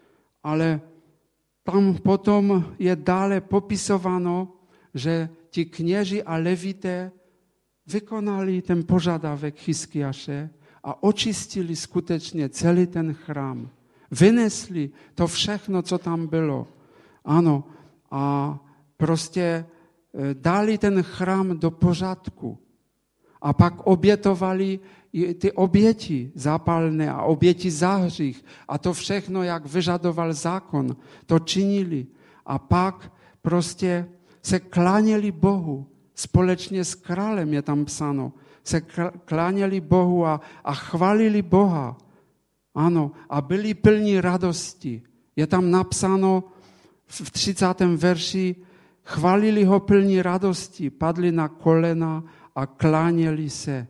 ale tam potom je dále popisováno, že ti kněži a levité vykonali ten požadavek Chyskiáše a očistili skutečně celý ten chrám. Vynesli to všechno, co tam bylo. Ano, a prostě dali ten chrám do pořádku. A pak obětovali ty oběti zápalné a oběti za hřích. A to všechno, jak vyžadoval zákon, to činili. A pak prostě se kláněli Bohu. Společně s králem je tam psáno. Se kláněli Bohu a, a chválili Boha. Ano, a byli plní radosti. Je tam napsáno v třicátém verši, chválili ho plní radosti, padli na kolena a kláněli se.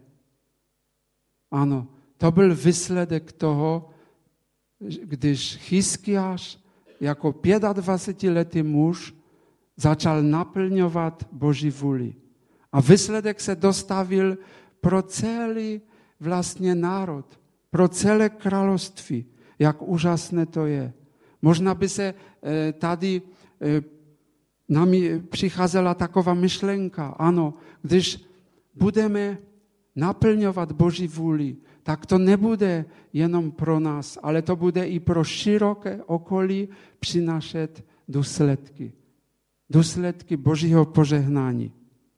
Ano, to byl výsledek toho, když Chyskiáš jako dvacetiletý muž začal naplňovat Boží vůli. A výsledek se dostavil pro celý vlastně národ, pro celé království. Jak úžasné to je. Možná by se tady nami přicházela taková myšlenka, ano, když budeme naplňovat Boží vůli, tak to nebude jenom pro nás, ale to bude i pro široké okolí přinášet důsledky. Důsledky Božího požehnání.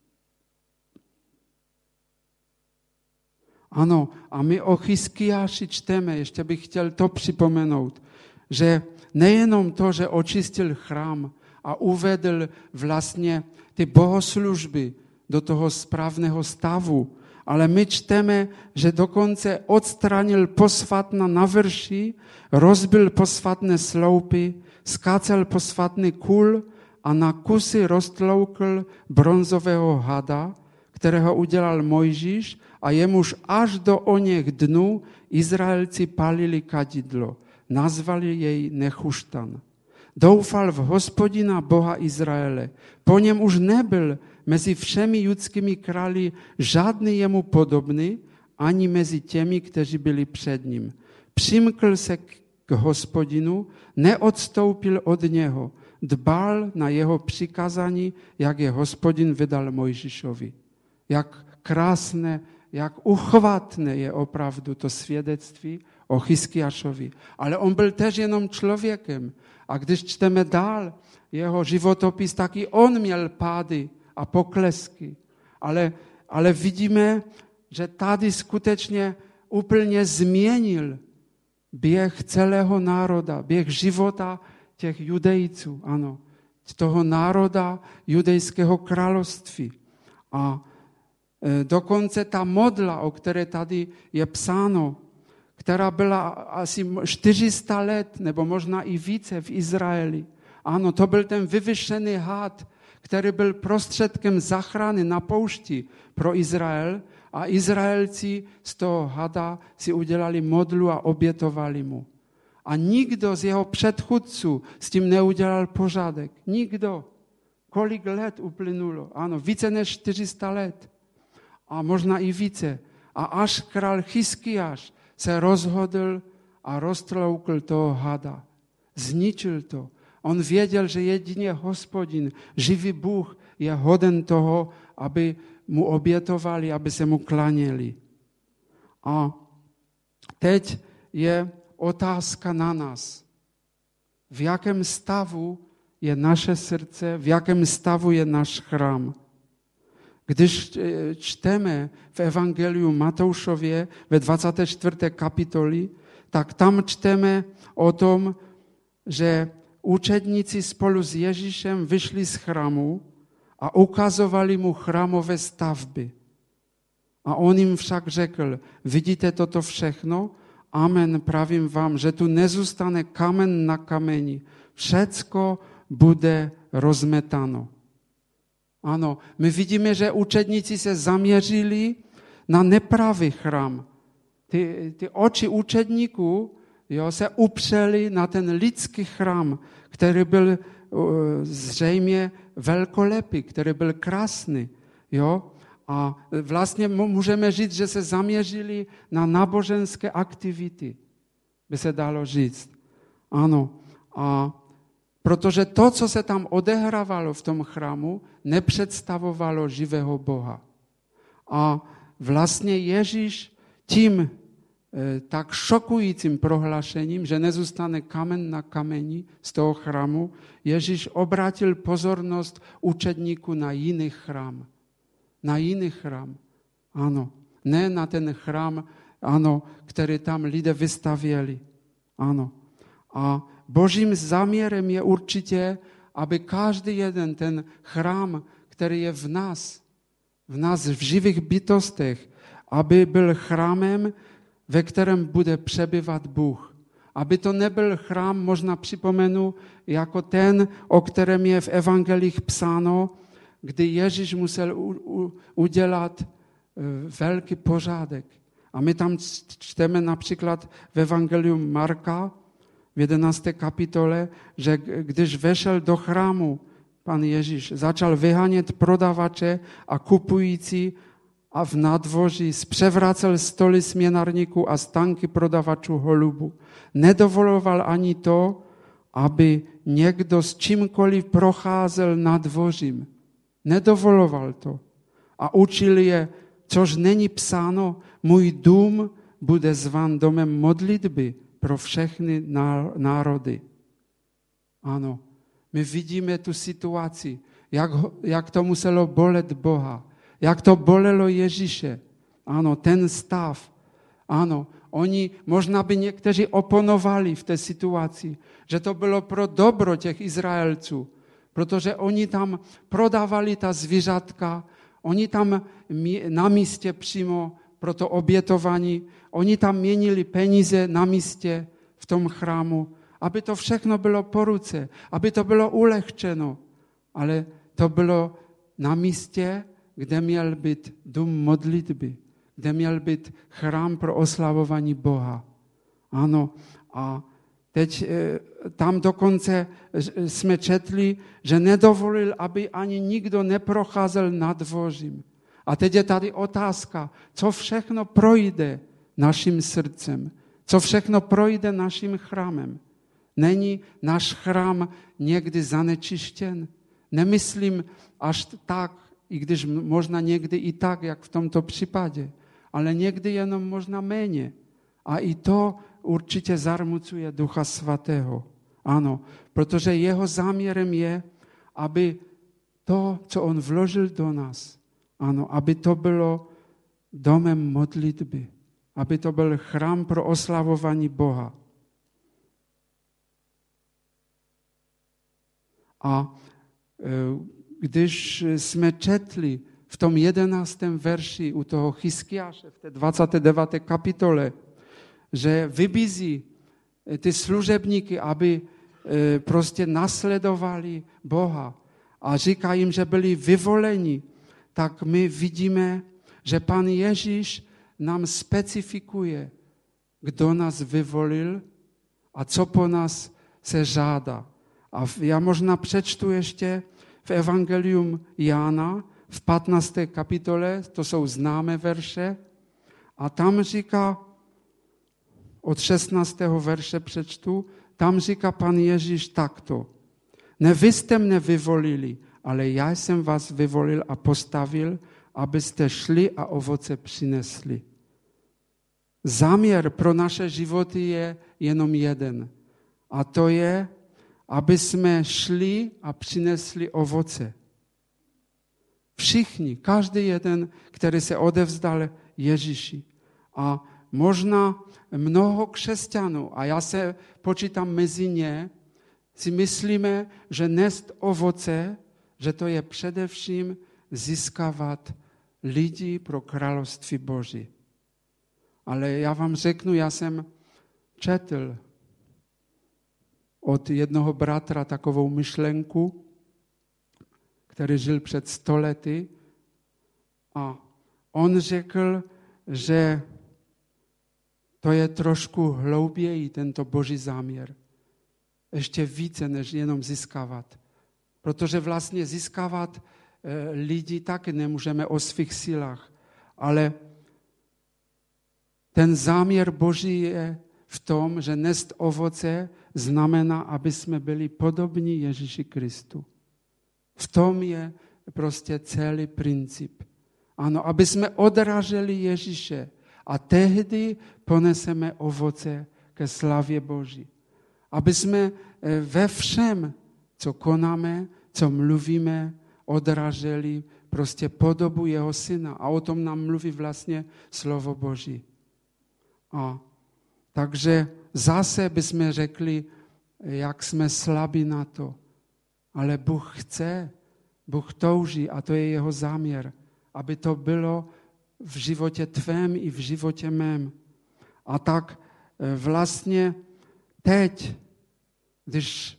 Ano, a my o Chyskiáši čteme, ještě bych chtěl to připomenout, že nejenom to, že očistil chrám a uvedl vlastně ty bohoslužby do toho správného stavu, ale my čteme, že dokonce odstranil posvátná navrší, rozbil posvátné sloupy, skácel posvátný kůl a na kusy roztloukl bronzového hada, kterého udělal Mojžíš, a jemuž až do oněch dnů Izraelci palili kadidlo. Nazvali jej Nechuštan. Doufal v Hospodina Boha Izraele. Po něm už nebyl mezi všemi judskými králi žádný jemu podobný, ani mezi těmi, kteří byli před ním. Přimkl se k Hospodinu, neodstoupil od něho, dbal na jeho přikázání, jak je Hospodin vydal Mojžíšovi. Jak krásné, jak uchvatné je opravdu to svědectví o Chyskiášovi. Ale on byl tež jenom člověkem. A když čteme dál jeho životopis, tak i on měl pády a poklesky. Ale, ale vidíme, že tady skutečně úplně změnil běh celého národa, běh života těch Judejců, ano, toho národa judejského království. A Dokonce ta modla, o které tady je psáno, která byla asi čtyři sta let, nebo možná i více v Izraeli. Ano, to byl ten vyvyšený had, který byl prostředkem zachrany na poušti pro Izrael a Izraelci z toho hada si udělali modlu a obětovali mu. A nikdo z jeho předchůdců s tím neudělal pořádek. Nikdo. Kolik let uplynulo? Ano, více než čtyři sta let. A možná i více. A až král Chiskiáš se rozhodl a roztloukl toho hada. Zničil to. On věděl, že jedině Hospodin, živý Bůh, je hoden toho, aby mu obětovali, aby se mu klaněli. A teď je otázka na nás. V jakém stavu je naše srdce, v jakém stavu je náš chrám? Když čteme v Evangeliu Matoušově ve dvacáté čtvrté kapitoli, tak tam čteme o tom, že učedníci spolu s Ježíšem vyšli z chrámu a ukazovali mu chrámové stavby. A on jim však řekl, vidíte toto všechno? Amen, pravím vám, že tu nezůstane kamen na kameni. Všecko bude rozmetano. Ano, my vidíme, že učedníci se zaměřili na nepravý chrám. Ty, ty oči učedníků jo, se upřeli na ten lidský chrám, který byl uh, zřejmě velkolepý, který byl krásný. Jo? A vlastně můžeme říct, že se zaměřili na náboženské aktivity, by se dalo říct. Ano, a protože to, co se tam odehrávalo v tom chrámu, nepředstavovalo živého Boha. A vlastně Ježíš tím tak šokujícím prohlášením, že nezůstane kamen na kameni z toho chrámu, Ježíš obrátil pozornost učedníků na jiný chrám. Na jiný chrám. Ano, ne na ten chrám, ano, který tam lidé vystavěli. Ano. A Božím záměrem je určitě, aby každý jeden ten chrám, který je v nás, v nás v živých bytostech, aby byl chrámem, ve kterém bude přebyvat Bůh. Aby to nebyl chrám, možná připomenu, jako ten, o kterém je v evangelích psáno, kdy Ježíš musel u, u, udělat velký pořádek. A my tam čteme například v evangeliu Marka, v jedenácté kapitole, že když vešel do chrámu, pan Ježíš začal vyhánět prodavače a kupující a v nadvoří zpřevracel stoly směnárníků a stánky prodavačů holubu. Nedovoloval ani to, aby někdo s čímkoliv procházel nadvořím. Nedovoloval to. A učil je, což není psáno, můj dům bude zván domem modlitby pro všechny národy. Ano, my vidíme tu situaci, jak, jak to muselo bolet Boha, jak to bolelo Ježíše. Ano, ten stav. Ano, oni, možná by někteří oponovali v té situaci, že to bylo pro dobro těch Izraelců, protože oni tam prodávali ta zvířatka, oni tam na místě přímo pro to obětování, oni tam měnili peníze na místě v tom chrámu, aby to všechno bylo po ruce, aby to bylo ulehčeno. Ale to bylo na místě, kde měl být dům modlitby, kde měl být chrám pro oslavování Boha. Ano, a teď tam dokonce jsme četli, že nedovolil, aby ani nikdo neprocházel nadvořím. A teď je tady otázka, co všechno projde naším srdcem, co všechno projde naším chrámem. Není náš chrám někdy zanečištěn? Nemyslím až tak, i když možná někdy i tak, jak v tomto případě, ale někdy jenom možná méně. A i to určitě zarmucuje Ducha Svatého. Ano, protože jeho záměrem je, aby to, co on vložil do nás, ano, aby to bylo domem modlitby, aby to byl chrám pro oslavování Boha. A když jsme četli v tom jedenáctém verši u toho Chyskiáše, v té dvacáté deváté kapitole, že vybízí ty služebníky, aby prostě nasledovali Boha a říká jim, že byli vyvoleni, tak my vidíme, že Pan Ježíš nám specifikuje, kdo nás vyvolil a co po nás se žádá. A já možná přečtu ještě v Evangelium Jána v patnácté kapitole, to jsou známé verše, a tam říká, od šestnáctého verše přečtu, tam říká Pan Ježíš takto. Ne vy jste mne vyvolili, ale já jsem vás vyvolil a postavil, abyste šli a ovoce přinesli. Záměr pro naše životy je jenom jeden. A to je, aby jsme šli a přinesli ovoce. Všichni, každý jeden, který se odevzdal Ježíši. A možná mnoho křesťanů, a já se počítám mezi ně, si myslíme, že nést ovoce, že to je především získávat lidi pro království Boží. Ale já vám řeknu, já jsem četl od jednoho bratra takovou myšlenku, který žil před sto lety, a on řekl, že to je trošku hlouběji tento Boží záměr. Ještě více, než jenom získávat. Protože vlastně získávat e, lidi taky nemůžeme o svých silách. Ale ten záměr Boží je v tom, že nést ovoce znamená, aby jsme byli podobní Ježíši Kristu. V tom je prostě celý princip. Ano, aby jsme odráželi Ježíše a tehdy poneseme ovoce ke slavě Boží. Aby jsme ve všem, co konáme, co mluvíme, odráželi prostě podobu jeho syna. A o tom nám mluví vlastně slovo Boží. A takže zase bychom řekli, jak jsme slabí na to. Ale Bůh chce, Bůh touží a to je jeho záměr, aby to bylo v životě tvém i v životě mém. A tak vlastně teď, když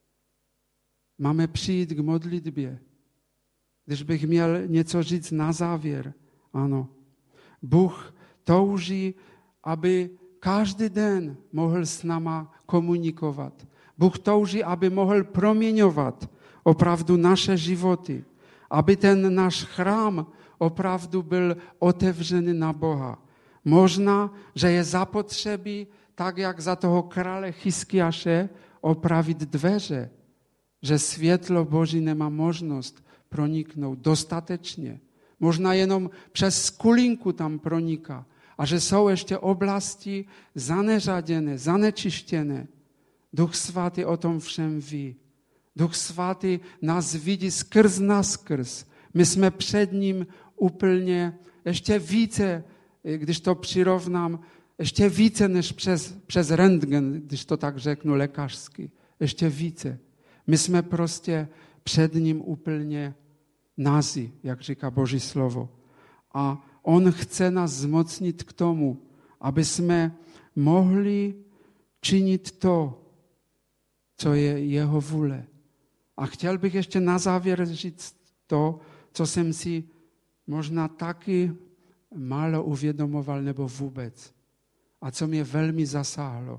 máme přijít k modlitbě, když bych měl něco říct na závěr, ano, Bůh touží, aby každý den mohl s náma komunikovat. Bůh touží, aby mohl proměňovat opravdu naše životy, aby ten náš chrám opravdu byl otevřený na Boha. Možná, že je zapotřebí, tak jak za toho krále Chyskiáše, opravit dveře, že světlo Boží nemá možnost proniknout dostatečně. Možná jenom přes skulinku tam proniká. A že jsou ještě oblasti zaneřaděné, zanečištěné. Duch Svatý o tom všem ví. Duch Svatý nás vidí skrz naskrz. My jsme před ním úplně ještě více, když to přirovnám, ještě více než přes, přes rentgen, když to tak řeknu lékařsky. Ještě více. My jsme prostě před ním úplně nazí, jak říká Boží slovo. A on chce nás zmocnit k tomu, aby jsme mohli činit to, co je jeho vůle. A chtěl bych ještě na závěr říct to, co jsem si možná taky málo uvědomoval nebo vůbec. A co mě velmi zasáhlo.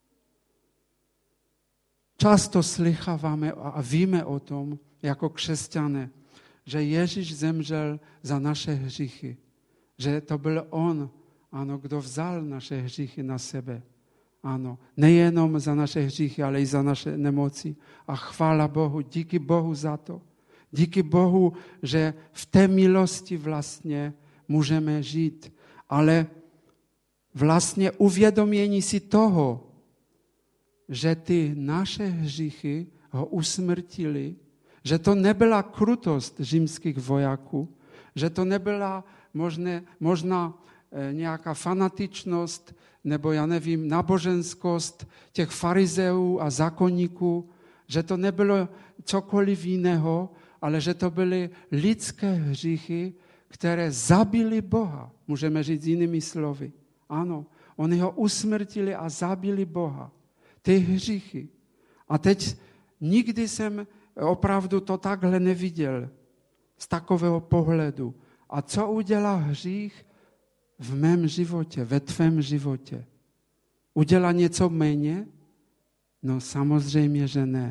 Často slycháváme a víme o tom, jako křesťané, že Ježíš zemřel za naše hříchy. Že to byl on, ano, kdo vzal naše hříchy na sebe. Ano, nejenom za naše hříchy, ale i za naše nemoci. A chvála Bohu, díky Bohu za to. Díky Bohu, že v té milosti vlastně můžeme žít. Ale vlastně uvědomění si toho, že ty naše hříchy ho usmrtili, že to nebyla krutost římských vojáků, že to nebyla možné, možná nějaká fanatičnost nebo já nevím, náboženskost těch farizeů a zákonníků, že to nebylo cokoliv jiného, ale že to byly lidské hříchy, které zabili Boha, můžeme říct jinými slovy. Ano, oni ho usmrtili a zabili Boha. Ty hříchy. A teď nikdy jsem opravdu to takhle neviděl z takového pohledu. A co udělá hřích v mém životě, ve tvém životě? Udělá něco méně? No samozřejmě, že ne.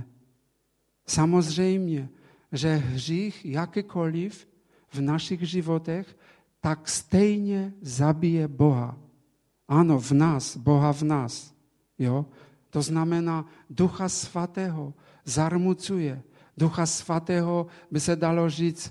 Samozřejmě, že hřích jakýkoliv v našich životech, tak stejně zabije Boha. Ano, v nás, Boha v nás. Jo? To znamená, Ducha Svatého zarmucuje. Ducha Svatého by se dalo říct,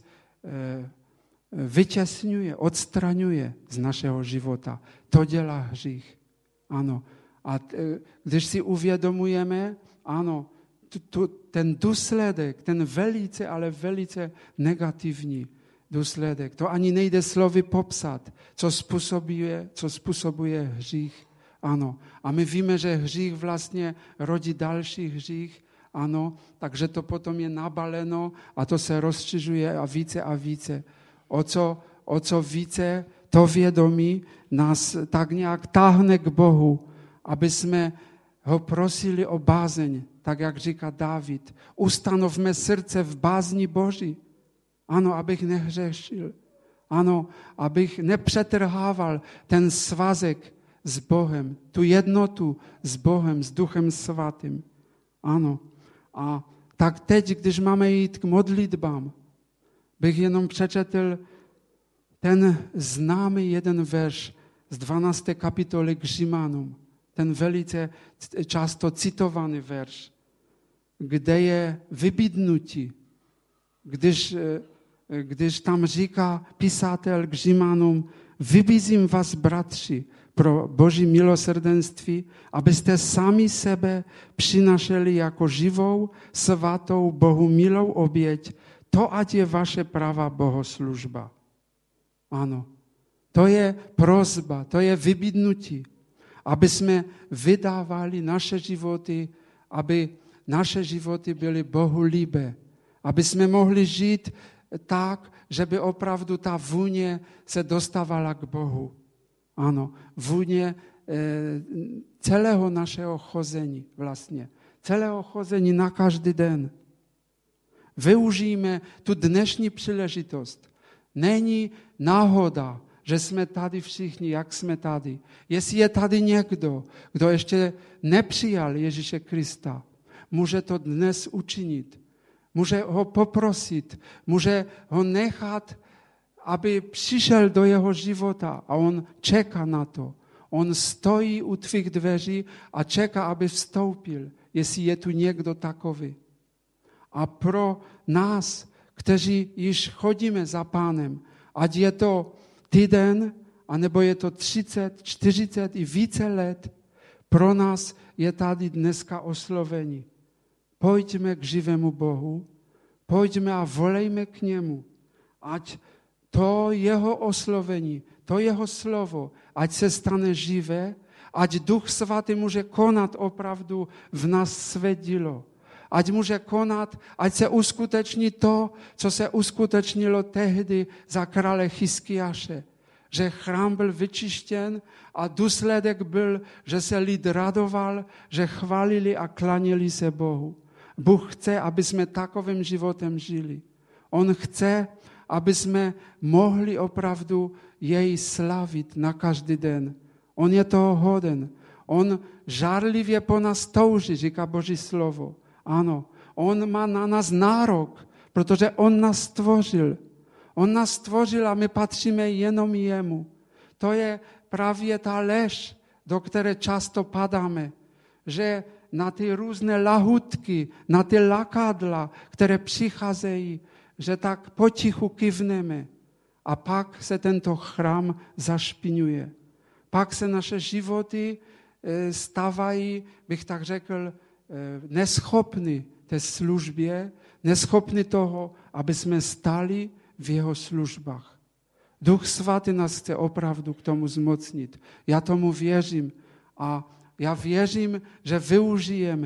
vytěsňuje, odstraňuje z našeho života. To dělá hřích. Ano. A když si uvědomujeme, ano, tu, tu, ten důsledek, ten velice, ale velice negativní důsledek, to ani nejde slovy popsat, co způsobuje, co způsobuje hřích. Ano. A my víme, že hřích vlastně rodí další hřích, ano, takže to potom je nabaleno a to se rozšiřuje a více a více. O co, o co více to vědomí nás tak nějak táhne k Bohu, aby jsme ho prosili o bázeň, tak jak říká Dávid. Ustanovme srdce v bázni Boží. Ano, abych nehřešil. Ano, abych nepřetrhával ten svazek s Bohem, tu jednotu s Bohem, s Duchem Svatým. Ano. A tak teď, když máme jít k modlitbám, bych jenom přečetl ten známý jeden verš z dvanácté kapitoly k Římanům. Ten velice často citovaný verš, kde je vybídnutí, když, když tam říká písatel k Římanům, vybízím vás, bratři, pro Boží milosrdenství, abyste sami sebe přinašeli jako živou, svatou, Bohu milou oběť, to ať je vaše pravá bohoslužba. Ano, to je prosba, to je vybídnutí, aby jsme vydávali naše životy, aby naše životy byly Bohu líbé, aby jsme mohli žít tak, že by opravdu ta vůně se dostávala k Bohu. Ano, vůně e, celého našeho chození vlastně, celého chození na každý den. Využijeme tu dnešní příležitost. Není náhoda, že jsme tady všichni, jak jsme tady. Jestli je tady někdo, kdo ještě nepřijal Ježíše Krista, může to dnes učinit. Může ho poprosit, může ho nechat, aby přišel do jeho života a on čeká na to. On stojí u tvých dveří a čeká, aby vstoupil, jestli je tu někdo takový. A pro nás, kteří již chodíme za Pánem, ať je to týden, anebo je to třicet, čtyřicet i více let, pro nás je tady dneska oslovení. Pojďme k živému Bohu, pojďme a volejme k němu, ať to jeho oslovení, to jeho slovo, ať se stane živé, ať Duch Svatý může konat opravdu v nás své dílo. Ať může konat, ať se uskuteční to, co se uskutečnilo tehdy za krále Chyskiáše. Že chrám byl vyčištěn a důsledek byl, že se lid radoval, že chválili a klaněli se Bohu. Bůh chce, aby jsme takovým životem žili. On chce, aby jsme mohli opravdu jej slavit na každý den. On je toho hoden. On žárlivě po nás touží, říká Boží slovo. Ano, on má na nás nárok, protože on nás stvořil. On nás stvořil a my patříme jenom jemu. To je právě ta lež, do které často padáme, že na ty různé lahutky, na ty lakadla, které přicházejí, že tak potichu kivneme a pak se tento chrám zašpiňuje. Pak se naše životy stávají, bych tak řekl, neschopní té službě, neschopní toho, aby jsme stáli v jeho službách. Duch Svatý nás chce opravdu k tomu zmocnit. Já tomu věřím a já věřím, že využijeme,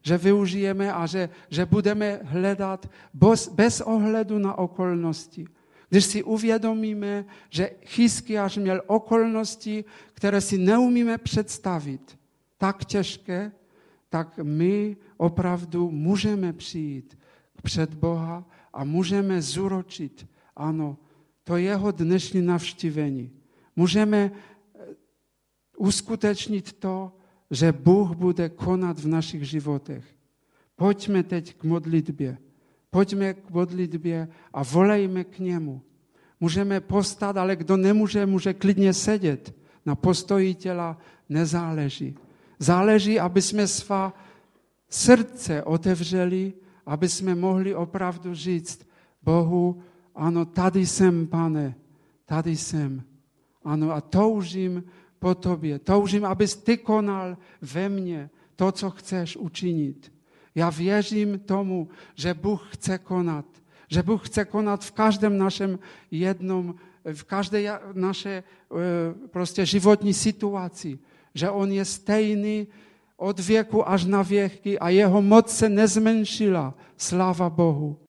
že využijeme a že, že budeme hledat bez, bez ohledu na okolnosti. Když si uvědomíme, že Chizkiáš měl okolnosti, které si neumíme představit, tak těžké, tak my opravdu můžeme přijít před Boha a můžeme zúročit, ano, to jeho dnešní navštívení. Můžeme uskutečnit to, že Bůh bude konat v našich životech. Pojďme teď k modlitbě. Pojďme k modlitbě a volejme k němu. Můžeme postat, ale kdo nemůže, může klidně sedět. Na postoji těla nezáleží. Záleží, aby jsme svá srdce otevřeli, aby jsme mohli opravdu říct Bohu, ano, tady jsem, Pane, tady jsem. Ano, a toužím po tobě. Toužím, abys ty konal ve mně to, co chceš učinit. Já věřím tomu, že Bůh chce konat. Že Bůh chce konat v každém našem jednom, v každé naše prostě životní situaci. Že on je stejný od věku až na věky a jeho moc se nezmenšila. Sláva Bohu.